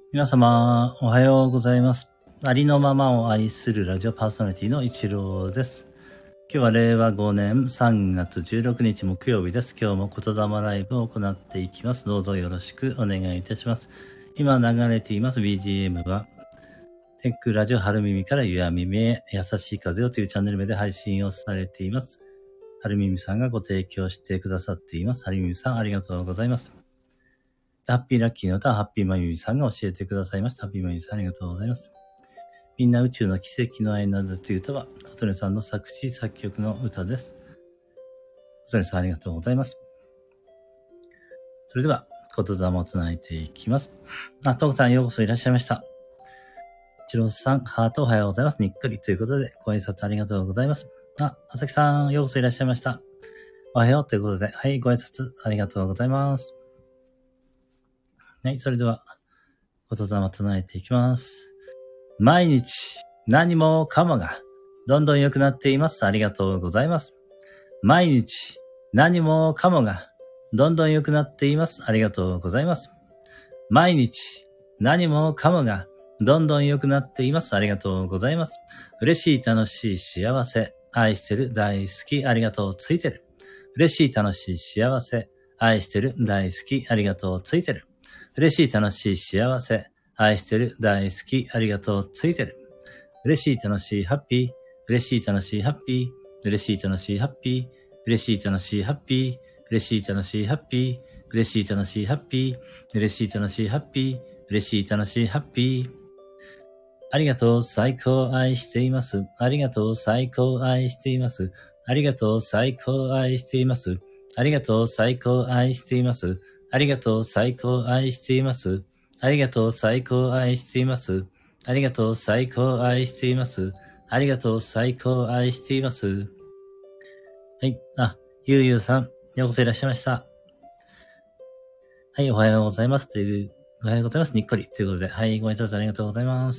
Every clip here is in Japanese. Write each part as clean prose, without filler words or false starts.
皆様、おはようございます。ありのままを愛するラジオパーソナリティの一郎です。今日は令和5年3月16日木曜日です。今日も言霊ライブを行っていきます。どうぞよろしくお願いいたします。今流れています BGM は、テックラジオ春耳から夕闇へ優しい風をというチャンネル名で配信をされています。春耳さんがご提供してくださっています。春耳さんありがとうございます。ハッピーラッキーの歌はハッピーマユミさんが教えてくださいました。ハッピーマユミさんありがとうございます。みんな宇宙の奇跡の愛などという歌は、小鳥さんの作詞作曲の歌です。小鳥さんありがとうございます。それでは、言霊を唱えていきます。トークさんようこそいらっしゃいました。一郎さん、ハートおはようございます。にっくりということで、ご挨拶ありがとうございます。朝木さんようこそいらっしゃいました。おはようということで、はい、ご挨拶ありがとうございます。はい、それでは、言霊を唱えていきます。毎日、何もかもが、どんどん良くなっています。ありがとうございます。毎日、何もかもが、どんどん良くなっています。ありがとうございます。毎日、何もかもが、どんどん良くなっています。ありがとうございます。嬉しい、楽しい、幸せ、愛してる、大好き、ありがとう、ついてる。嬉しい、楽しい、幸せ、愛してる、大好き、ありがとう、ついてる。嬉しい、楽しい、幸せ、愛してる、大好き、ありがとう、ついてる。嬉しい、楽しい、ハッピー。嬉しい、楽しい、ハッピー。嬉しい、楽しい、ハッピー。嬉しい、楽しい、ハッピー。嬉しい、楽しい、ハッピー。嬉しい、楽しい、ハッピー。嬉しい、楽しい、ハッピー。嬉しい、楽しい、ハッピー。ありがとう、最高、愛しています。ありがとう、最高、愛しています。ありがとう、最高、愛しています。ありがとう、最高、愛しています。ありがとう、最高、愛しています。ありがとう、最高、愛しています。ありがとう、最高、愛しています。ありがとう、最高、愛しています。はい。ゆうゆうさん、ようこそいらっしゃいました。はい、おはようございます。おはようございます。にっこり。ということで、はい、ご挨拶ありがとうございます。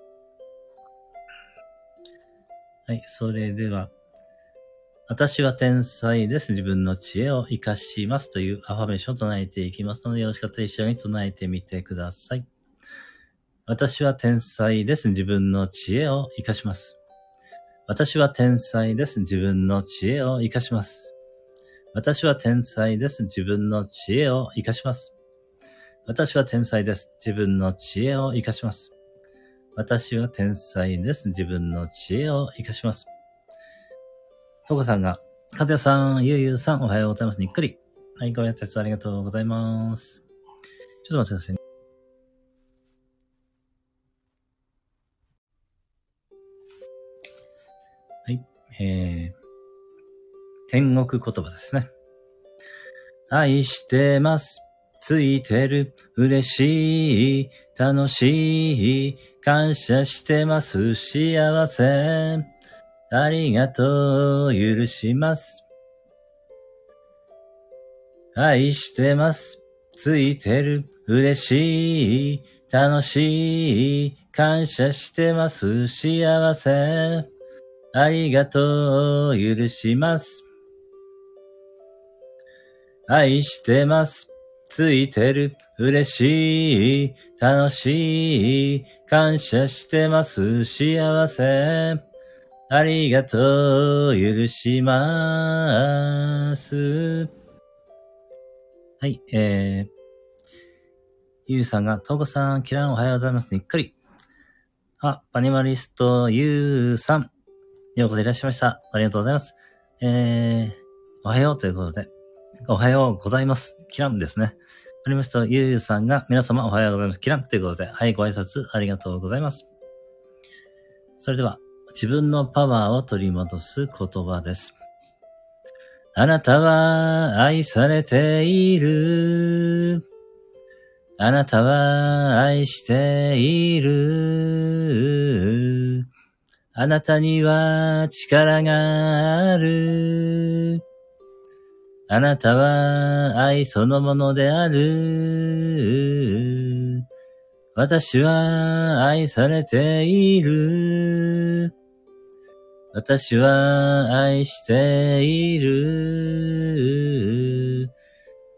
はい、それでは、私は天才です。自分の知恵を活かしますというアファメーションを唱えていきますので、よろしかったら一緒に唱えてみてください。私は天才です。自分の知恵を活かします。私は天才です。自分の知恵を活かします。私は天才です。自分の知恵を活かします。私は天才です。自分の知恵を活かします。私は天才です。自分の知恵を活かします。トコさんが、かずやさん、ゆうゆうさん、おはようございます。にっくり。はい、ご挨拶ありがとうございます。ちょっと待ってくださいね。はい、天国言葉ですね。愛してます。ついてる。嬉しい。楽しい。感謝してます。幸せ。ありがとう。許します。愛してます。ついてる。嬉しい。楽しい。感謝してます。幸せ。ありがとう。許します。愛してます。ついてる。嬉しい。楽しい。感謝してます。幸せ。ありがとう。許します。はい、ゆうさんが、とうこさん、キランおはようございます。にっくり。パニマリスト、ゆうさん。ようこそいらっしゃいました。ありがとうございます。おはようということで、おはようございます。キランですね。パニマリスト、ゆうさんが、皆様おはようございます。キランということで、はい、ご挨拶ありがとうございます。それでは、自分のパワーを取り戻す言葉です。あなたは愛されている。あなたは愛している。あなたには力がある。あなたは愛そのものである。私は愛されている。私は愛している。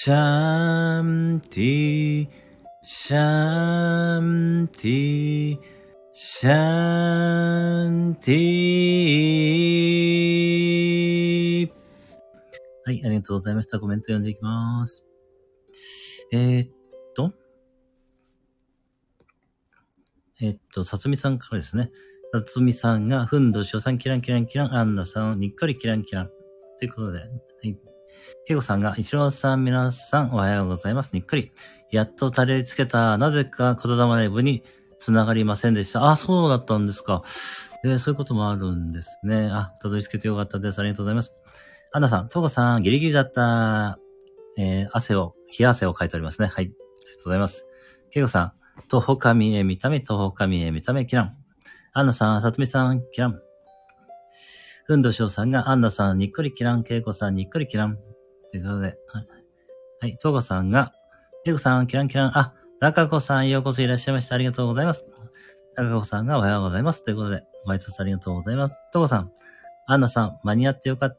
シャンティ、シャンティ、シャンティ。はい、ありがとうございました。コメント読んでいきます。さつみさんからですね。さつみさんが、ふんどしょさん、キランキランキラン、アンナさん、にっこりキランキラン。ということで、はい。けいこさんが、いちろうさん、皆さん、おはようございます。にっこり。やっとたどり着けた。なぜか、言霊ライブに繋がりませんでした。あ、そうだったんですか。そういうこともあるんですね。あ、たどり着けてよかったです。ありがとうございます。アンナさん、トコさん、ギリギリだった。冷や汗をかいておりますね。はい。ありがとうございます。けいこさん、とほかみえみため、とほかみえみため、キラン。アンナさん、さつみさん、キラン。ふんどしょうさんが、アンナさん、にっこりキラン。けいこさん、にっこりキラン。ということで、はい。とうこさんが、けいこさん、キランキラン。あ、なかこさん、ようこそいらっしゃいました。ありがとうございます。なかこさんが、おはようございます。ということで、ご挨拶ありがとうございます。とうこさん、アンナさん、間に合ってよかった。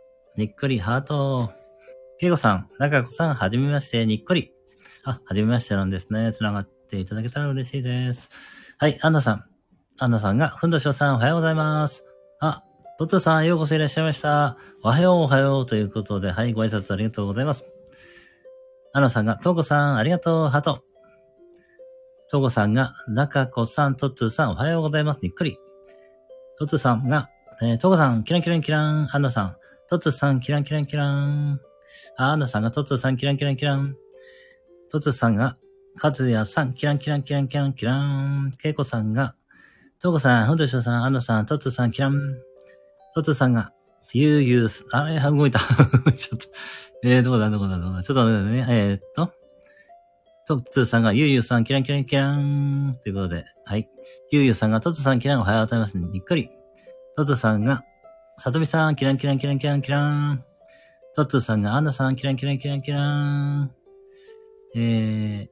にっこりハート。けいこさん、なかこさん、はじめまして、にっこり。あ、はじめましてなんですね。つながっていただけたら嬉しいです。はい、アンナさんが、ふんどしょうさん、おはようございます。あ、トッツーさん、ようこそいらっしゃいました。おはよう、おはよう、ということで、はい、ご挨拶ありがとうございます。アンナさんが、トウコさん、ありがとう、ハート。トウコさんが、なかこさん、トッツーさん、おはようございます。にっくり。トッツーさんが、トウコさん、キランキランキラン。アンナさん、トッツーさん、キランキランキラン。アンナさんが、トッツーさん、キランキランキラン。トツさんが、カズヤさん、キランキランキランキランキラン。ケイコさんが、トコさん、フンドショウさん、アンナさん、トツさん、キラン。トツさんが、ユーユース、あれ、動いた。ちょっと、どこだ。ちょっと待ってね。トツさんが、ユーユーさん、キランキランキラン。ということで、はい。ユーユーさんが、トツさん、キラン、おはようございます。にっくり。トツさんが、サトミさん、キランキランキランキランキラン。トツさんが、アンナさん、キランキランキランキラン。ケ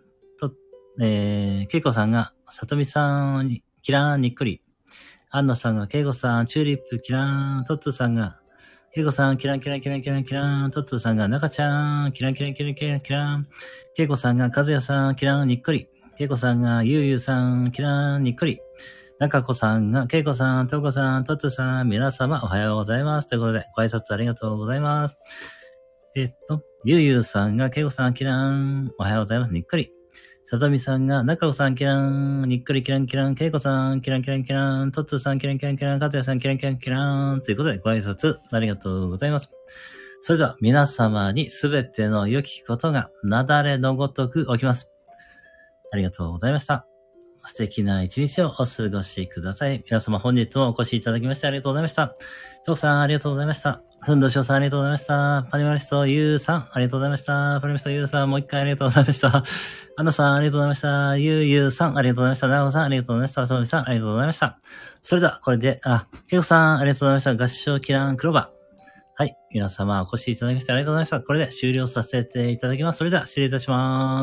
イコさんが、さとみさんに、キラーンにっくり。アンナさんが、ケイコさん、チューリップ、キラーン。トッツーさんが、ケイコさん、キランキランキランキランキラン。トッツーさんが、ナカちゃん、キランキランキランキランキラン。ケイコさんが、カズヤさん、キラーンにっくり。ケイコさんが、ユーユーさん、キラーンにっくり。ナカコさんが、ケイコさん、トコさん、トッツーさん、皆様、おはようございます。ということで、ご挨拶ありがとうございます。ゆうゆうさんが、ケイコさん、キラーン、おはようございます。にっくり。さとみさんが、なかこさんキラン、にっくりキランキラン、けいこさんキランキランキラン、とっつーさんキランキランキラン、かつやさんキランキランキラン、ということでご挨拶ありがとうございます。それでは皆様にすべての良きことがなだれのごとく起きます。ありがとうございました。素敵な一日をお過ごしください。皆様本日もお越しいただきましてありがとうございました。トウさんありがとうございました。ふんどしょうさんありがとうございました。パリマリストユウさんありがとうございました。パリマリストユウさんもう一回ありがとうございました。アンナさんありがとうございました。ユウさんありがとうございました。ナオさんありがとうございました。ソミさんありがとうございました。それではこれで、ケイコさんありがとうございました。合唱キランクローバー。はい。皆様お越しいただきましてありがとうございました。これで終了させていただきます。それでは失礼いたします。